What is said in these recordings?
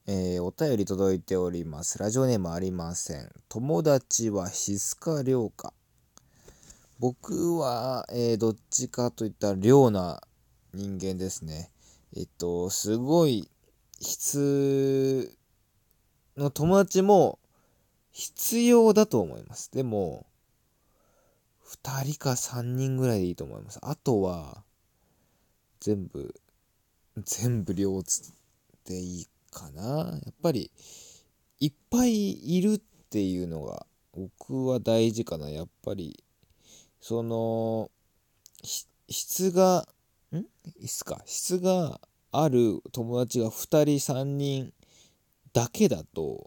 お便り届いております。ラジオネームありません。友達は質か量か。僕は、どっちかといったら量な人間ですね。すごい質の友達も必要だと思います。でも、2人か3人ぐらいでいいと思います。あとは、全部、全部量でいいかな。やっぱり、いっぱいいるっていうのが、僕は大事かな。やっぱり、その、質が、質がある友達が2人3人だけだと、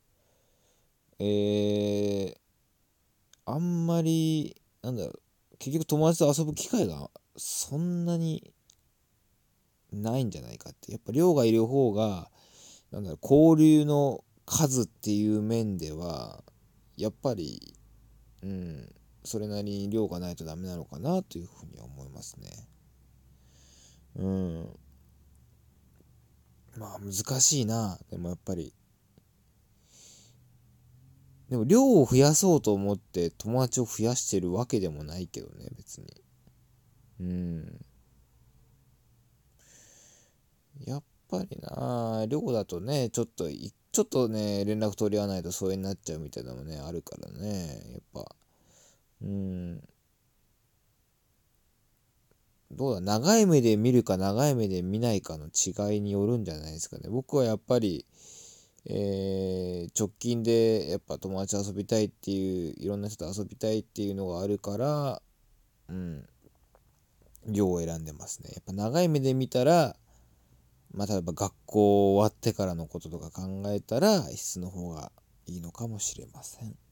えあんまり、結局友達と遊ぶ機会がそんなにないんじゃないかって。やっぱ量がいる方が、交流の数っていう面では、やっぱり、うん、それなりに量がないとダメなのかなというふうには思いますね。うん。まあ難しいな。でもやっぱり。でも量を増やそうと思って友達を増やしてるわけでもないけどね、別に。うん。やっぱりな、量だとね、ちょっとね、連絡取り合わないと疎遠になっちゃうみたいなのもね、あるからね、やっぱ、うん、どうだ、長い目で見るか長い目で見ないかの違いによるんじゃないですかね。僕はやっぱり、直近でやっぱ友達と遊びたいっていう、いろんな人と遊びたいっていうのがあるから、うん、量を選んでますね。やっぱ長い目で見たら、まあ、例えば学校終わってからのこととか考えたら、質の方がいいのかもしれません。